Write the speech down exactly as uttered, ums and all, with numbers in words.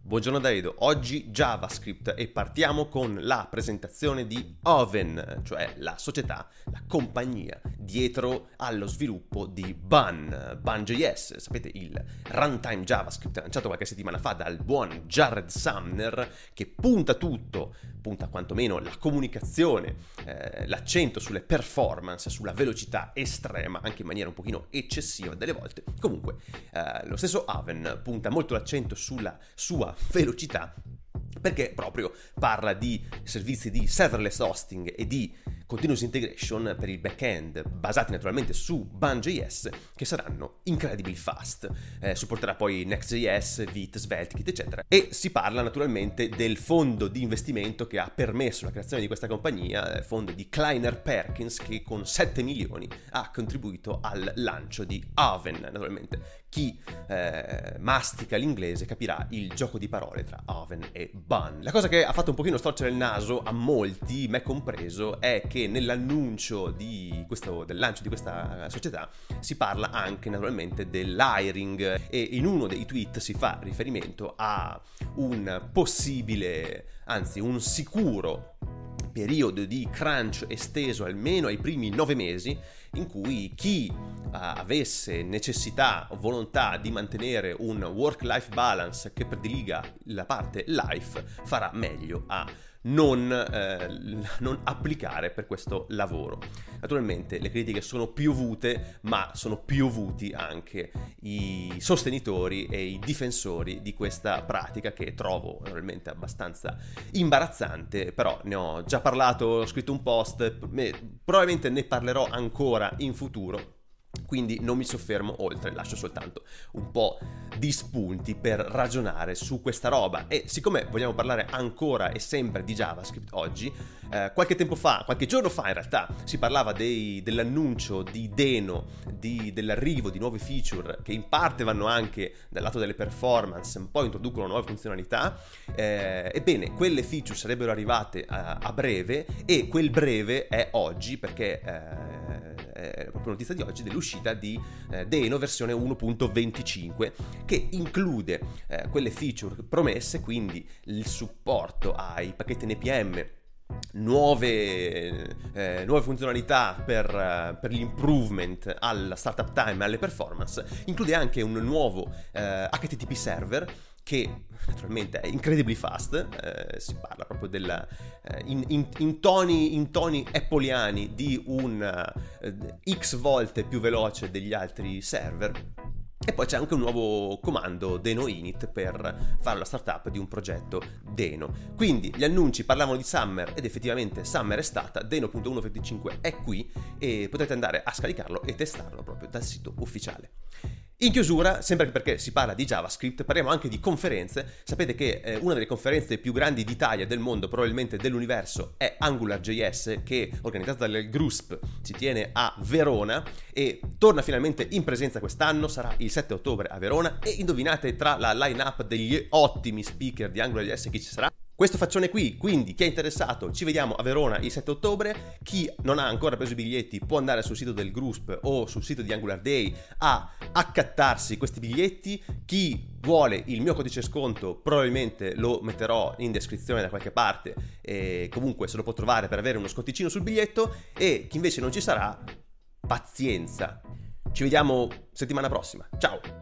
Buongiorno da Edo, oggi JavaScript e partiamo con la presentazione di Oven, cioè la società, la compagnia dietro allo sviluppo di Bun, Bun.js, sapete il runtime JavaScript lanciato qualche settimana fa dal buon Jared Sumner che punta tutto, punta quantomeno la comunicazione, eh, l'accento sulle performance, sulla velocità estrema, anche in maniera un pochino eccessiva delle volte. Comunque, eh, lo stesso Oven punta molto l'accento sulla sua velocità perché proprio parla di servizi di serverless hosting e di continuous integration per il back-end basati naturalmente su Bun.js che saranno incredibly fast. Eh, supporterà poi Next.js, Vite, SvelteKit eccetera, e si parla naturalmente del fondo di investimento che ha permesso la creazione di questa compagnia, il fondo di Kleiner Perkins, che con sette milioni ha contribuito al lancio di Oven. Naturalmente chi eh, mastica l'inglese capirà il gioco di parole tra Oven e Bun. La cosa che ha fatto un pochino storcere il naso a molti, me compreso, è che nell'annuncio di questo, del lancio di questa società si parla anche naturalmente dell'hiring e in uno dei tweet si fa riferimento a un possibile, anzi un sicuro periodo di crunch esteso almeno ai primi nove mesi in cui chi uh, avesse necessità o volontà di mantenere un work-life balance che prediliga la parte life farà meglio a non, eh, non applicare per questo lavoro. Naturalmente le critiche sono piovute, ma sono piovuti anche i sostenitori e i difensori di questa pratica che trovo realmente abbastanza imbarazzante, però ne ho già parlato, ho scritto un post, probabilmente ne parlerò ancora in futuro. Quindi non mi soffermo oltre, lascio soltanto un po' di spunti per ragionare su questa roba. E siccome vogliamo parlare ancora e sempre di JavaScript oggi, eh, qualche tempo fa, qualche giorno fa in realtà, si parlava dei, dell'annuncio di Deno, di, dell'arrivo di nuove feature che in parte vanno anche dal lato delle performance, poi introducono nuove funzionalità. Eh, ebbene, quelle feature sarebbero arrivate a, a breve, e quel breve è oggi, perché eh, è proprio notizia di oggi dell'uscita di eh, Deno versione uno punto venticinque, che include eh, quelle feature promesse, quindi il supporto ai pacchetti N P M, nuove, eh, nuove funzionalità per, uh, per l'improvement alla startup time e alle performance. Include anche un nuovo eh, H T T P server che naturalmente è incredibly fast, eh, si parla proprio della, eh, in, in, in, toni, in toni appleiani di un eh, X volte più veloce degli altri server. E poi c'è anche un nuovo comando Deno init per fare la startup di un progetto Deno. Quindi gli annunci parlavano di Summer ed effettivamente Summer è stata, Deno punto uno punto venticinque è qui e potrete andare a scaricarlo e testarlo proprio dal sito ufficiale. In chiusura, sempre perché si parla di JavaScript, parliamo anche di conferenze. Sapete che eh, una delle conferenze più grandi d'Italia, del mondo, probabilmente dell'universo, è AngularJS, che organizzata dal Grusp si tiene a Verona e torna finalmente in presenza quest'anno, sarà il sette ottobre a Verona. E indovinate tra la line-up degli ottimi speaker di AngularJS chi ci sarà? Questo faccione qui, quindi chi è interessato ci vediamo a Verona il sette ottobre, chi non ha ancora preso i biglietti può andare sul sito del Grusp o sul sito di Angular Day a accattarsi questi biglietti, chi vuole il mio codice sconto probabilmente lo metterò in descrizione da qualche parte e comunque se lo può trovare per avere uno sconticino sul biglietto, e chi invece non ci sarà, pazienza, ci vediamo settimana prossima, ciao!